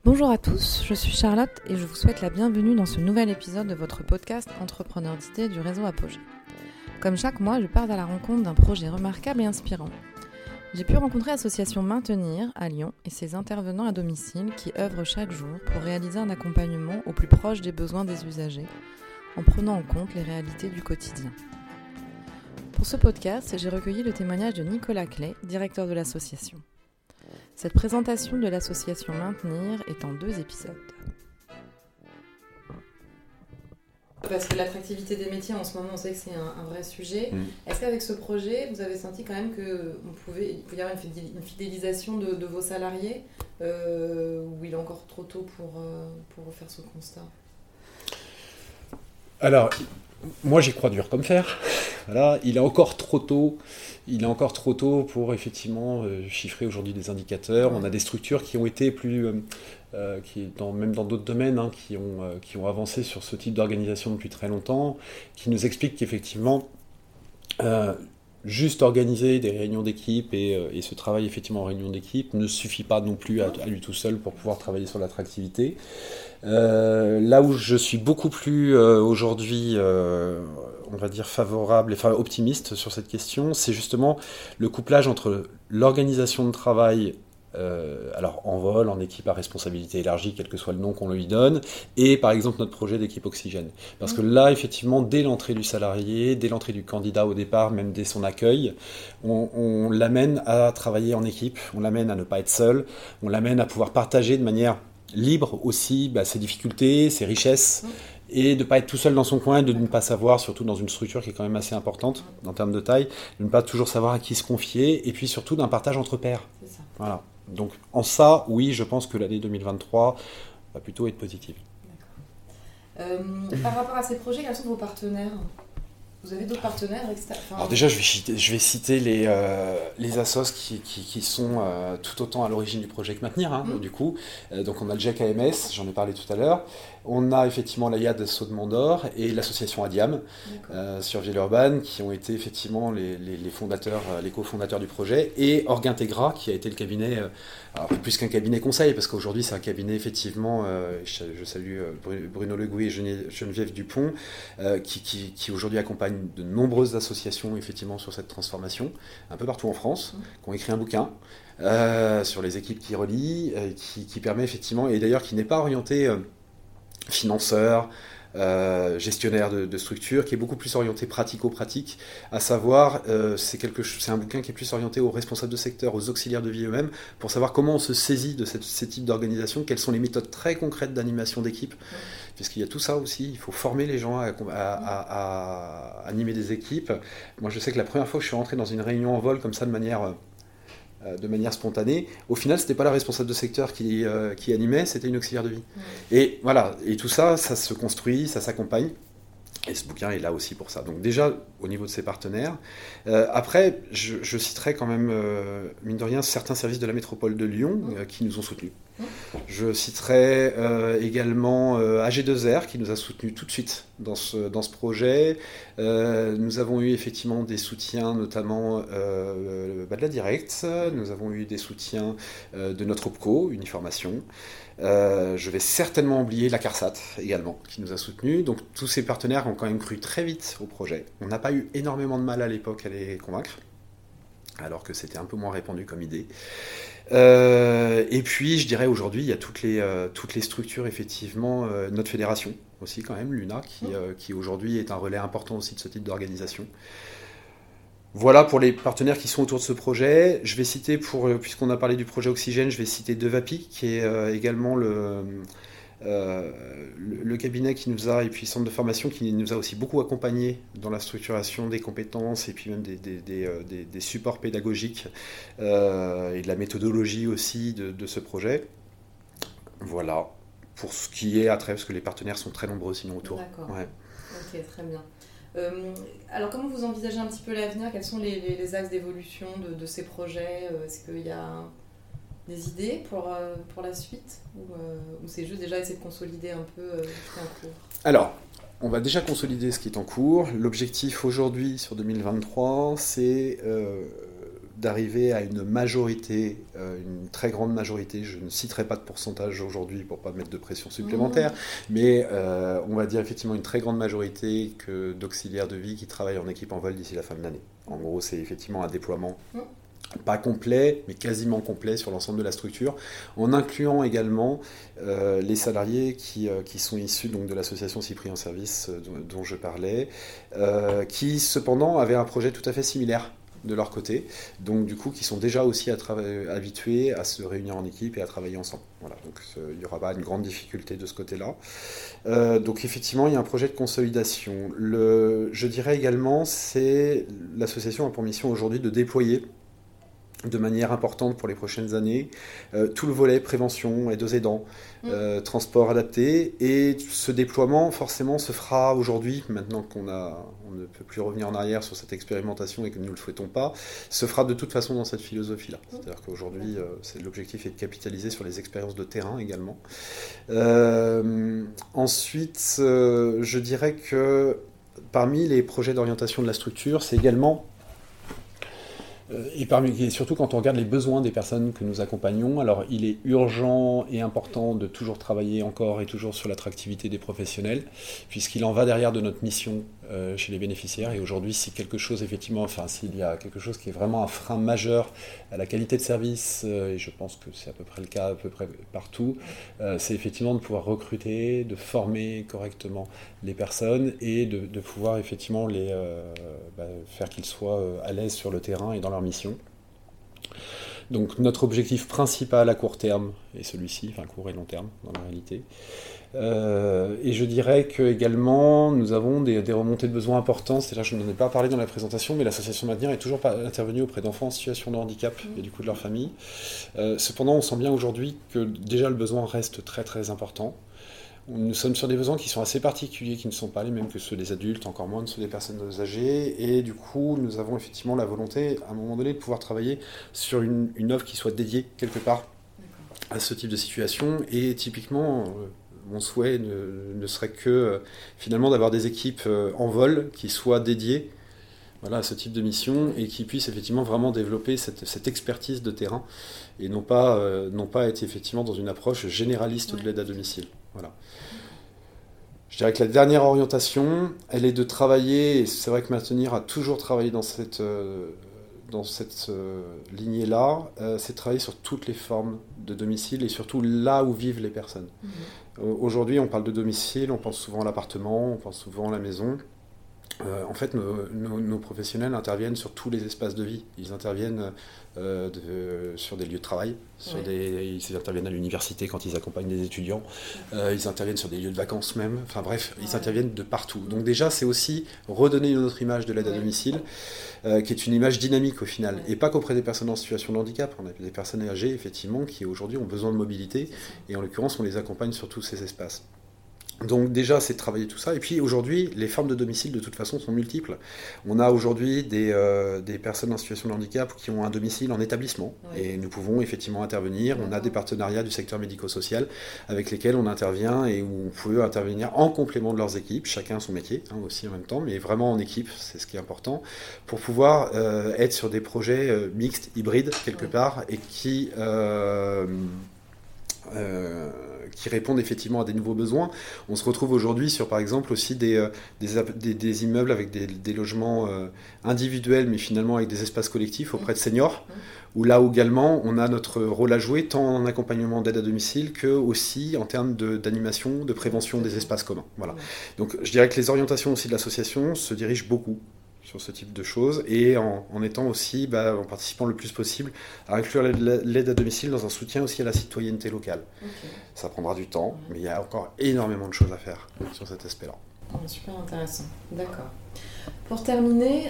Bonjour à tous, je suis Charlotte et je vous souhaite la bienvenue dans ce nouvel épisode de votre podcast Entrepreneurs d'idées du réseau Apogée. Comme chaque mois, je pars à la rencontre d'un projet remarquable et inspirant. J'ai pu rencontrer l'association Maintenir à Lyon et ses intervenants à domicile qui œuvrent chaque jour pour réaliser un accompagnement au plus proche des besoins des usagers en prenant en compte les réalités du quotidien. Pour ce podcast, j'ai recueilli le témoignage de Nicolas Clay, directeur de l'association. Cette présentation de l'association Maintenir est en 2 épisodes. Parce que l'attractivité des métiers, en ce moment, on sait que c'est un vrai sujet. Est-ce qu'avec ce projet, vous avez senti quand même qu'il pouvait y avoir une fidélisation de vos salariés ou il est encore trop tôt pour faire ce constat ? Alors, moi j'y crois dur comme fer. Voilà, il est encore trop tôt pour effectivement chiffrer aujourd'hui des indicateurs. On a des structures qui ont été même dans d'autres domaines, qui ont avancé sur ce type d'organisation depuis très longtemps, qui nous expliquent qu'effectivement, juste organiser des réunions d'équipe et ce travail effectivement en réunion d'équipe ne suffit pas non plus à lui tout seul pour pouvoir travailler sur l'attractivité. Là où je suis beaucoup plus aujourd'hui, on va dire optimiste sur cette question, c'est justement le couplage entre l'organisation de travail, alors en vol, en équipe à responsabilité élargie, quel que soit le nom qu'on lui donne, et par exemple notre projet d'équipe Oxygène. Parce que là, effectivement, dès l'entrée du salarié, dès l'entrée du candidat au départ, même dès son accueil, on l'amène à travailler en équipe, on l'amène à ne pas être seul, on l'amène à pouvoir partager de manière libre aussi ses difficultés, ses richesses, et de ne pas être tout seul dans son coin, de ne pas savoir, surtout dans une structure qui est quand même assez importante en termes de taille, de ne pas toujours savoir à qui se confier, et puis surtout d'un partage entre pairs. C'est ça. Voilà. Donc en ça, oui, je pense que l'année 2023 va plutôt être positive. D'accord. Par rapport à ces projets, quels sont vos partenaires ? Vous avez d'autres partenaires externes ? Alors déjà, je vais citer les assos qui sont tout autant à l'origine du projet que Maintenir, du coup. Donc on a le GEC AMS, j'en ai parlé tout à l'heure. On a effectivement l'AIAD Saut-de-Mont d'Or et l'association Adiam sur Villeurbanne, qui ont été effectivement les fondateurs, les cofondateurs du projet, et Orgintegra, qui a été le cabinet, alors plus qu'un cabinet conseil, parce qu'aujourd'hui c'est un cabinet effectivement, je salue Bruno Legouy et Geneviève Dupont, qui aujourd'hui accompagnent de nombreuses associations effectivement sur cette transformation, un peu partout en France, qui ont écrit un bouquin sur les équipes qui relient, qui permet effectivement, et d'ailleurs qui n'est pas orienté financeur, gestionnaire de structure, qui est beaucoup plus orienté pratico-pratique, à savoir, c'est un bouquin qui est plus orienté aux responsables de secteur, aux auxiliaires de vie eux-mêmes, pour savoir comment on se saisit de ces types d'organisation, quelles sont les méthodes très concrètes d'animation d'équipe, puisqu'il y a tout ça aussi, il faut former les gens à animer des équipes. Moi je sais que la première fois que je suis rentré dans une réunion en vol comme ça de manière spontanée, au final c'était pas la responsable de secteur qui animait, c'était une auxiliaire de vie. Et voilà, et tout ça se construit, ça s'accompagne, et ce bouquin est là aussi pour ça. Donc déjà au niveau de ses partenaires, après je citerai quand même mine de rien certains services de la métropole de Lyon qui nous ont soutenus. Je citerai également AG2R qui nous a soutenus tout de suite dans ce projet. Nous avons eu effectivement des soutiens notamment de la Direct, nous avons eu des soutiens de notre OPCO, Uniformation. Je vais certainement oublier la CARSAT également qui nous a soutenus. Donc tous ces partenaires ont quand même cru très vite au projet. On n'a pas eu énormément de mal à l'époque à les convaincre, alors que c'était un peu moins répandu comme idée. Et puis je dirais aujourd'hui il y a toutes les structures effectivement, notre fédération aussi quand même, l'UNA, qui aujourd'hui est un relais important aussi de ce type d'organisation. Voilà pour les partenaires qui sont autour de ce projet. Je vais citer, puisqu'on a parlé du projet Oxygène, je vais citer Devapi, qui est également le cabinet qui nous a, et puis centre de formation qui nous a aussi beaucoup accompagnés dans la structuration des compétences et puis même des supports pédagogiques et de la méthodologie aussi de ce projet. Voilà, pour ce qui est attrait, parce que les partenaires sont très nombreux sinon autour. D'accord, ok, très bien. Alors comment vous envisagez un petit peu l'avenir ? Quels sont les axes d'évolution de ces projets ? Est-ce qu'il y a des idées pour la suite ou c'est juste déjà essayer de consolider un peu ce qui est en cours ? Alors, on va déjà consolider ce qui est en cours. L'objectif aujourd'hui sur 2023, c'est d'arriver à une majorité, une très grande majorité, je ne citerai pas de pourcentage aujourd'hui pour ne pas mettre de pression supplémentaire, mais on va dire effectivement une très grande majorité d'auxiliaires de vie qui travaillent en équipe en vol d'ici la fin de l'année. En gros, c'est effectivement un déploiement pas complet, mais quasiment complet sur l'ensemble de la structure, en incluant également les salariés qui sont issus donc, de l'association Cyprien Service dont je parlais, qui cependant avaient un projet tout à fait similaire de leur côté, donc du coup qui sont déjà aussi habitués à se réunir en équipe et à travailler ensemble. Voilà, donc il n'y aura pas une grande difficulté de ce côté-là. Donc effectivement, il y a un projet de consolidation. Je dirais également, l'association a pour mission aujourd'hui de déployer de manière importante pour les prochaines années, tout le volet prévention, aide aux aidants, transport adapté, et ce déploiement forcément se fera aujourd'hui, maintenant on ne peut plus revenir en arrière sur cette expérimentation et que nous ne le souhaitons pas, se fera de toute façon dans cette philosophie-là. C'est-à-dire qu'aujourd'hui, l'objectif est de capitaliser sur les expériences de terrain également. Ensuite, je dirais que parmi les projets d'orientation de la structure, c'est également et surtout quand on regarde les besoins des personnes que nous accompagnons, alors il est urgent et important de toujours travailler encore et toujours sur l'attractivité des professionnels, puisqu'il en va derrière de notre mission chez les bénéficiaires. Et aujourd'hui, s'il y a quelque chose qui est vraiment un frein majeur à la qualité de service, et je pense que c'est à peu près le cas à peu près partout, c'est effectivement de pouvoir recruter, de former correctement les personnes et de pouvoir effectivement faire qu'ils soient à l'aise sur le terrain et dans leur mission. Donc notre objectif principal à court terme est celui-ci, enfin court et long terme dans la réalité. Et je dirais que également nous avons des remontées de besoins importantes. C'est là, je n'en ai pas parlé dans la présentation, mais l'association Maintenir est toujours intervenue auprès d'enfants en situation de handicap et du coup de leur famille. Cependant, on sent bien aujourd'hui que déjà le besoin reste très très important. Nous sommes sur des besoins qui sont assez particuliers, qui ne sont pas les mêmes que ceux des adultes, encore moins que ceux des personnes âgées. Et du coup, nous avons effectivement la volonté, à un moment donné, de pouvoir travailler sur une offre qui soit dédiée quelque part à ce type de situation. Et typiquement, mon souhait ne serait que finalement d'avoir des équipes en vol qui soient dédiées à ce type de mission et qui puissent effectivement vraiment développer cette expertise de terrain et non pas être effectivement dans une approche généraliste de l'aide à domicile. Voilà. Je dirais que la dernière orientation, elle est de travailler, et c'est vrai que Maintenir a toujours travaillé dans cette lignée-là, c'est de travailler sur toutes les formes de domicile et surtout là où vivent les personnes. Aujourd'hui, on parle de domicile, on pense souvent à l'appartement, on pense souvent à la maison. En fait, nos professionnels interviennent sur tous les espaces de vie. Ils interviennent sur des lieux de travail, ils interviennent à l'université quand ils accompagnent des étudiants, ils interviennent sur des lieux de vacances même, enfin bref, ils interviennent de partout. Donc déjà, c'est aussi redonner une autre image de l'aide à domicile, qui est une image dynamique au final, et pas qu'auprès des personnes en situation de handicap. On a des personnes âgées, effectivement, qui aujourd'hui ont besoin de mobilité, et en l'occurrence, on les accompagne sur tous ces espaces. Donc déjà, c'est de travailler tout ça. Et puis aujourd'hui, les formes de domicile, de toute façon, sont multiples. On a aujourd'hui des personnes en situation de handicap qui ont un domicile en établissement. Et nous pouvons effectivement intervenir. On a des partenariats du secteur médico-social avec lesquels on intervient et où on peut intervenir en complément de leurs équipes, chacun son métier aussi en même temps, mais vraiment en équipe, c'est ce qui est important, pour pouvoir être sur des projets mixtes, hybrides, quelque part, et qui répondent effectivement à des nouveaux besoins. On se retrouve aujourd'hui sur, par exemple, aussi des immeubles avec des logements individuels, mais finalement avec des espaces collectifs auprès de seniors, où là également, on a notre rôle à jouer, tant en accompagnement d'aide à domicile que aussi en termes d'animation, de prévention des espaces communs. Voilà. Donc, je dirais que les orientations aussi de l'association se dirigent beaucoup sur ce type de choses, et en étant aussi, en participant le plus possible à inclure l'aide à domicile dans un soutien aussi à la citoyenneté locale. Ça prendra du temps, mais il y a encore énormément de choses à faire sur cet aspect-là. Super intéressant, d'accord. Pour terminer,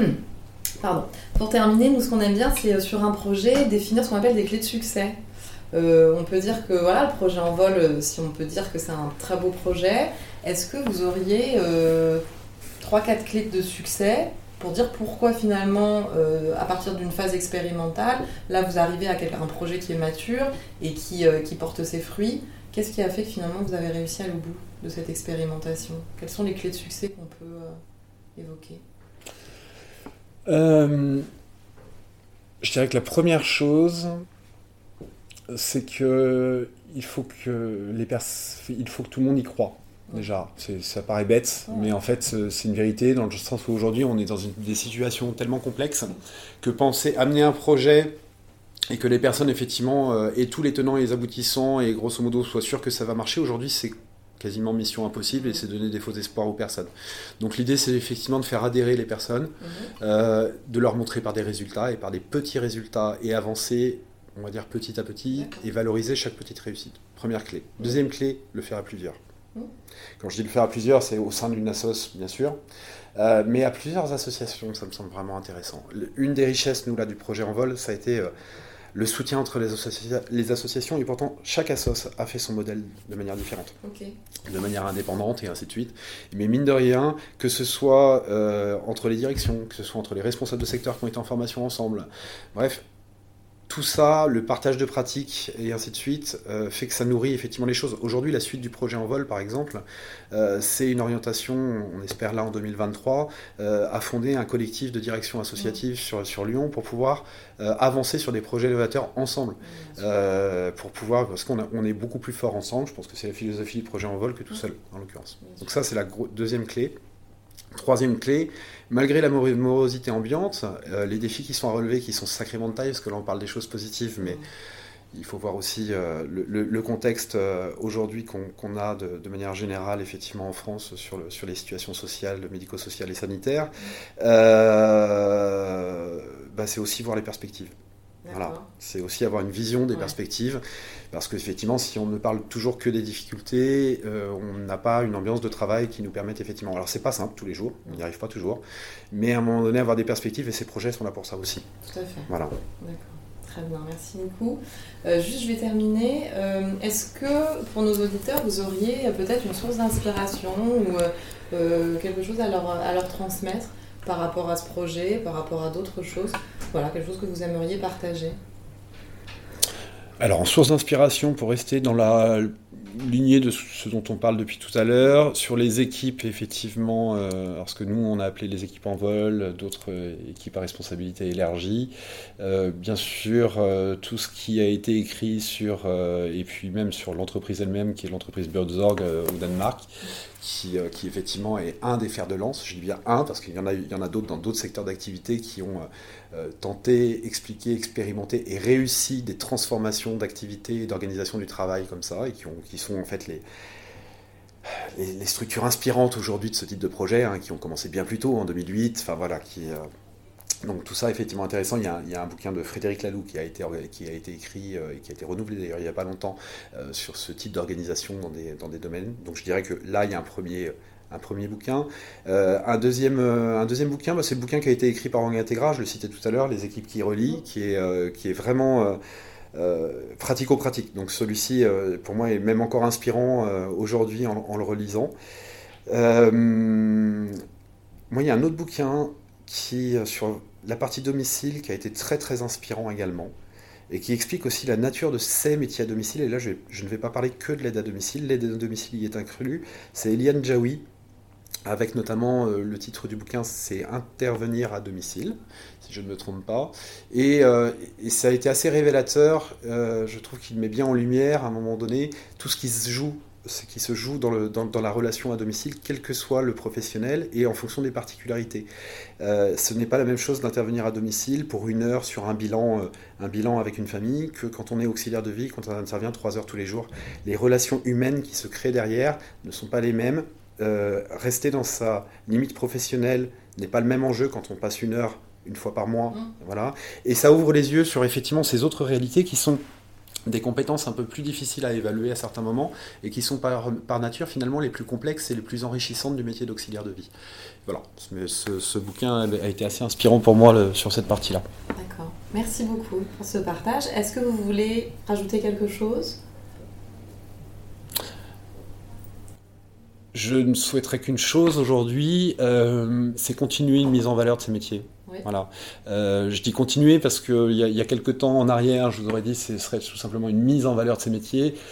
nous, ce qu'on aime bien, c'est sur un projet, définir ce qu'on appelle des clés de succès. On peut dire que le projet en vol, si on peut dire que c'est un très beau projet, est-ce que vous auriez 3-4 clés de succès pour dire pourquoi finalement, à partir d'une phase expérimentale, là vous arrivez à un projet qui est mature et qui porte ses fruits. Qu'est-ce qui a fait que finalement vous avez réussi à aller au bout de cette expérimentation ? Quelles sont les clés de succès qu'on peut évoquer ? Je dirais que la première chose, c'est que il faut que tout le monde y croie. Déjà, ça paraît bête, mais en fait, c'est une vérité dans le sens où aujourd'hui, on est dans des situations tellement complexes que amener un projet et que les personnes, effectivement, aient tous les tenants et les aboutissants et grosso modo soient sûrs que ça va marcher, aujourd'hui, c'est quasiment mission impossible et c'est donner des faux espoirs aux personnes. Donc l'idée, c'est effectivement de faire adhérer les personnes, de leur montrer par des résultats et par des petits résultats et avancer, on va dire petit à petit, et valoriser chaque petite réussite. Première clé. Deuxième clé, le faire à plusieurs. Quand je dis le faire à plusieurs, c'est au sein d'une assoce, bien sûr, mais à plusieurs associations, ça me semble vraiment intéressant. Une des richesses, nous, là, du projet Envol, ça a été le soutien entre les associations, et pourtant, chaque assoce a fait son modèle de manière différente, de manière indépendante, et ainsi de suite. Mais mine de rien, que ce soit entre les directions, que ce soit entre les responsables de secteur qui ont été en formation ensemble, bref, tout ça, le partage de pratiques et ainsi de suite, fait que ça nourrit effectivement les choses. Aujourd'hui, la suite du projet Envol, par exemple, c'est une orientation, on espère là en 2023, à fonder un collectif de direction associative sur Lyon pour pouvoir avancer sur des projets novateurs ensemble. Parce qu'on est beaucoup plus fort ensemble, je pense que c'est la philosophie du projet Envol que tout seul, en l'occurrence. Donc ça, c'est la deuxième clé. Troisième clé, malgré la morosité ambiante, les défis qui sont à relever, qui sont sacrément de taille, parce que là on parle des choses positives, mais il faut voir aussi le contexte aujourd'hui qu'on a de manière générale effectivement en France sur les situations sociales, médico-sociales et sanitaires. C'est aussi voir les perspectives. Voilà. C'est aussi avoir une vision des perspectives, parce qu'effectivement, si on ne parle toujours que des difficultés, on n'a pas une ambiance de travail qui nous permette effectivement. Alors, c'est pas simple tous les jours, on n'y arrive pas toujours, mais à un moment donné, avoir des perspectives, et ces projets sont là pour ça aussi. Tout à fait. Voilà. D'accord. Très bien, merci beaucoup. Juste, je vais terminer. Est-ce que, pour nos auditeurs, vous auriez peut-être une source d'inspiration ou quelque chose à leur transmettre par rapport à ce projet, par rapport à d'autres choses? Voilà, quelque chose que vous aimeriez partager. Alors, en source d'inspiration, pour rester dans la lignée de ce dont on parle depuis tout à l'heure, sur les équipes, effectivement, ce que nous, on a appelé les équipes Envol, d'autres équipes à responsabilité élargie, bien sûr, tout ce qui a été écrit et puis même sur l'entreprise elle-même, qui est l'entreprise Birdsorg au Danemark, qui effectivement est un des fers de lance. Je dis bien un, parce qu'il y en a d'autres dans d'autres secteurs d'activité qui ont tenté, expliqué, expérimenté et réussi des transformations d'activité et d'organisation du travail comme ça, et qui sont en fait les structures inspirantes aujourd'hui de ce type de projet, qui ont commencé bien plus tôt, en 2008, enfin voilà, donc tout ça effectivement intéressant. Il y a un bouquin de Frédéric Laloux qui a été écrit et qui a été renouvelé d'ailleurs il n'y a pas longtemps sur ce type d'organisation dans des domaines. Donc je dirais que là il y a un premier bouquin. Un deuxième bouquin, c'est le bouquin qui a été écrit par Henri Intégra, je le citais tout à l'heure, Les équipes qui relient, qui est vraiment pratico-pratique. Donc celui-ci pour moi est même encore inspirant aujourd'hui en le relisant. Moi il y a un autre bouquin sur la partie domicile qui a été très très inspirant également, et qui explique aussi la nature de ces métiers à domicile. Et là je ne vais pas parler que de l'aide à domicile, l'aide à domicile y est inclus. C'est Eliane Jaoui, avec notamment le titre du bouquin, c'est Intervenir à domicile, si je ne me trompe pas, et ça a été assez révélateur. Je trouve qu'il met bien en lumière à un moment donné tout ce qui se joue dans la relation à domicile, quel que soit le professionnel, et en fonction des particularités. Ce n'est pas la même chose d'intervenir à domicile pour 1 heure sur un bilan avec une famille, que quand on est auxiliaire de vie, quand on intervient 3 heures tous les jours. Les relations humaines qui se créent derrière ne sont pas les mêmes. Rester dans sa limite professionnelle n'est pas le même enjeu quand on passe 1 heure une fois par mois. Voilà. Et ça ouvre les yeux sur effectivement ces autres réalités qui sont des compétences un peu plus difficiles à évaluer à certains moments, et qui sont par nature finalement les plus complexes et les plus enrichissantes du métier d'auxiliaire de vie. Voilà, ce bouquin a été assez inspirant pour moi sur cette partie-là. D'accord, merci beaucoup pour ce partage. Est-ce que vous voulez rajouter quelque chose ? Je ne souhaiterais qu'une chose aujourd'hui, c'est continuer une mise en valeur de ces métiers. Oui. Voilà. Je dis continuer parce qu'il y a quelques temps en arrière, je vous aurais dit que ce serait tout simplement une mise en valeur de ces métiers.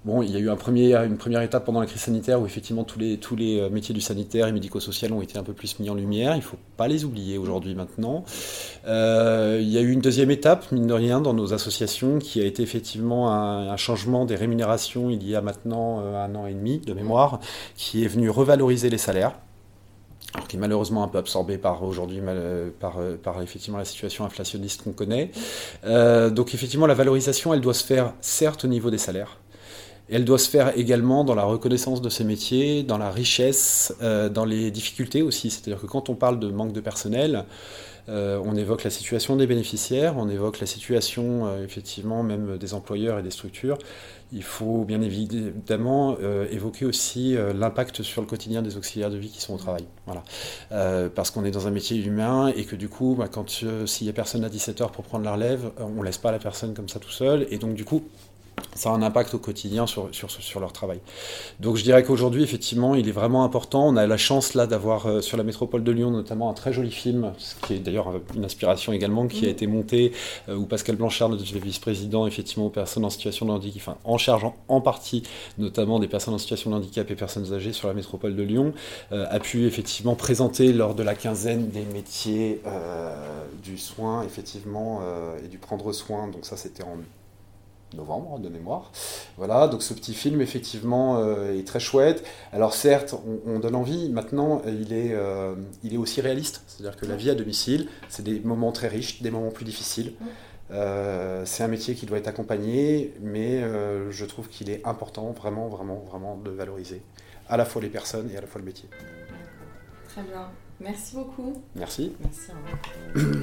Bon, il y a eu une première étape pendant la crise sanitaire où effectivement tous les métiers du sanitaire et médico-social ont été un peu plus mis en lumière. Il ne faut pas les oublier aujourd'hui maintenant. Il y a eu une deuxième étape, mine de rien, dans nos associations qui a été effectivement un changement des rémunérations il y a maintenant 1 an et demi de mémoire, qui est venu revaloriser les salaires. Alors qui est malheureusement un peu absorbé par aujourd'hui par effectivement la situation inflationniste qu'on connaît. Donc effectivement la valorisation elle doit se faire certes au niveau des salaires. Elle doit se faire également dans la reconnaissance de ces métiers, dans la richesse, dans les difficultés aussi. C'est-à-dire que quand on parle de manque de personnel, on évoque la situation des bénéficiaires, on évoque la situation effectivement même des employeurs et des structures. Il faut bien évidemment évoquer aussi l'impact sur le quotidien des auxiliaires de vie qui sont au travail. Voilà. Parce qu'on est dans un métier humain et que du coup, s'il n'y a personne à 17h pour prendre la relève, on ne laisse pas la personne comme ça tout seul. Et donc du coup, ça a un impact au quotidien sur leur travail. Donc je dirais qu'aujourd'hui, effectivement, il est vraiment important. On a la chance là d'avoir sur la métropole de Lyon notamment un très joli film, ce qui est d'ailleurs une inspiration également, qui a été monté, où Pascal Blanchard, notre vice-président, effectivement, aux personnes en situation de handicap, enfin en charge en partie notamment des personnes en situation de handicap et personnes âgées sur la métropole de Lyon, a pu effectivement présenter lors de la quinzaine des métiers du soin, effectivement, et du prendre soin. Donc ça, c'était en novembre de mémoire. Voilà, donc ce petit film effectivement est très chouette. Alors certes, on donne envie. Maintenant, il est aussi réaliste. C'est-à-dire que la vie à domicile, c'est des moments très riches, des moments plus difficiles. C'est un métier qui doit être accompagné, mais je trouve qu'il est important, vraiment, vraiment, vraiment de valoriser à la fois les personnes et à la fois le métier. Très bien. Merci beaucoup. Merci. Merci. Au revoir.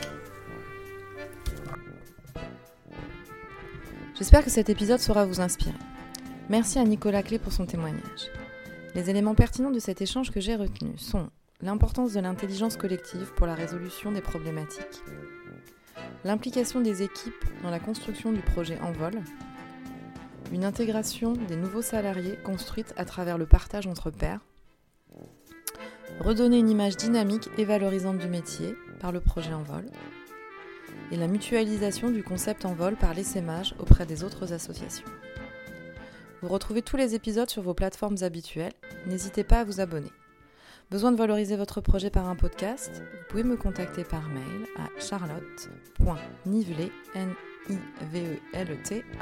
J'espère que cet épisode saura vous inspirer. Merci à Nicolas Clé pour son témoignage. Les éléments pertinents de cet échange que j'ai retenus sont l'importance de l'intelligence collective pour la résolution des problématiques, l'implication des équipes dans la construction du projet Envol, une intégration des nouveaux salariés construite à travers le partage entre pairs, redonner une image dynamique et valorisante du métier par le projet Envol, et la mutualisation du concept Envol par l'essaimage auprès des autres associations. Vous retrouvez tous les épisodes sur vos plateformes habituelles, n'hésitez pas à vous abonner. Besoin de valoriser votre projet par un podcast? Vous pouvez me contacter par mail à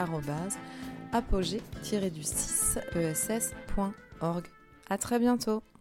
charlotte.nivelet@apogee-6ess.org. À très bientôt.